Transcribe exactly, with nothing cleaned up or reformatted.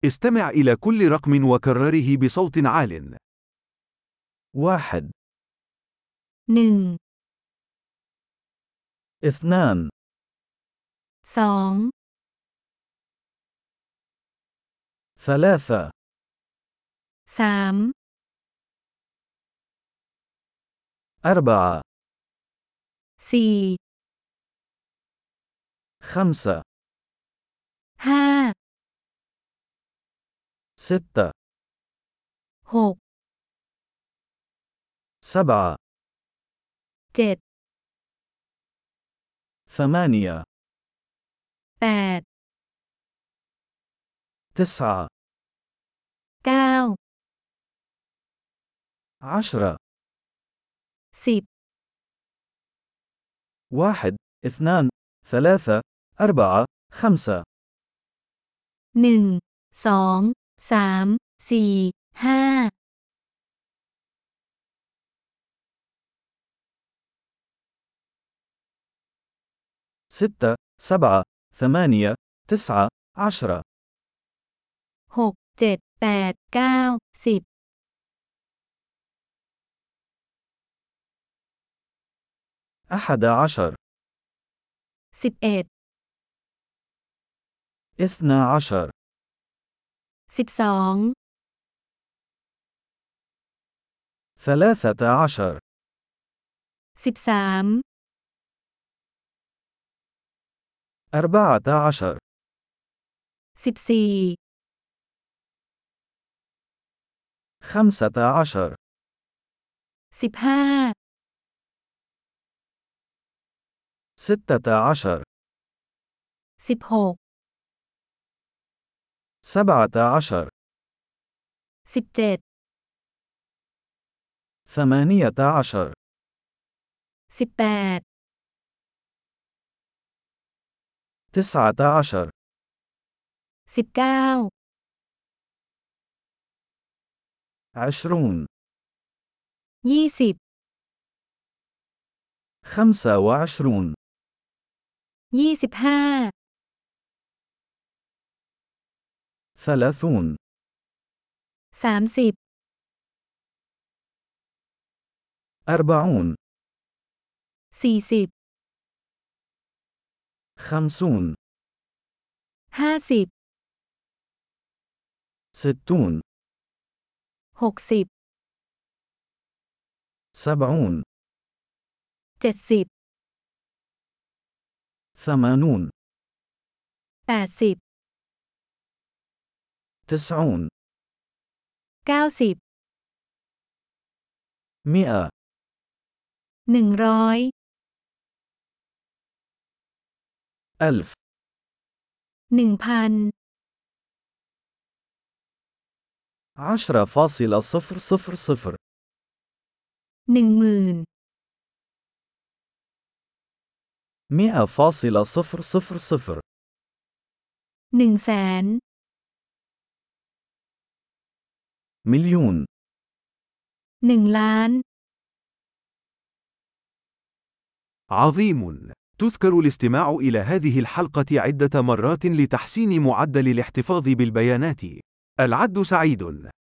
استمع إلى كل رقم وكرره بصوت عال. واحد، หนึ่ง اثنان، สอง ثلاثة، สาม أربعة، สี่ خمسة، ห้า ستة، หก سبعة، เจ็ด ثمانية، แปด تسعة، เก้า عشرة، สิบ واحد، اثنان، ثلاثة، أربعة، خمسة. หนึ่ง สอง สาม สี่ ห้า ستة، سبعة، ثمانية، تسعة، عشرة. หก เจ็ด แปด เก้า สิบ أحد عشر، สิบเอ็ด اثنا عشر، สิบสอง ثلاثة عشر، สิบสาม أربعة عشر، สิบสี่ خمسة عشر، สิบห้า ستة عشر، สิบหก سبعة عشر، สิบเจ็ด ثمانية عشر، สิบแปด تسعة عشر، สิบเก้า عشرون، ยี่สิบ خمسة وعشرون، ยี่สิบห้า ثلاثون، สามสิบ أربعون، สี่สิบ خمسون، ห้าสิบ ستون، หกสิบ سبعون، เจ็ดสิบ ثمانون، แปดสิบ تسعون، เก้าสิบ مئة، หนึ่งร้อย ألف، หนึ่งพัน عشرة فاصلة صفر صفر صفر، หนึ่งหมื่น مئة فاصلة صفر صفر صفر، หนึ่งแสน مليون، หนึ่งล้าน عظيم. تذكر الاستماع إلى هذه الحلقة عدة مرات لتحسين معدل الاحتفاظ بالبيانات. العد سعيد.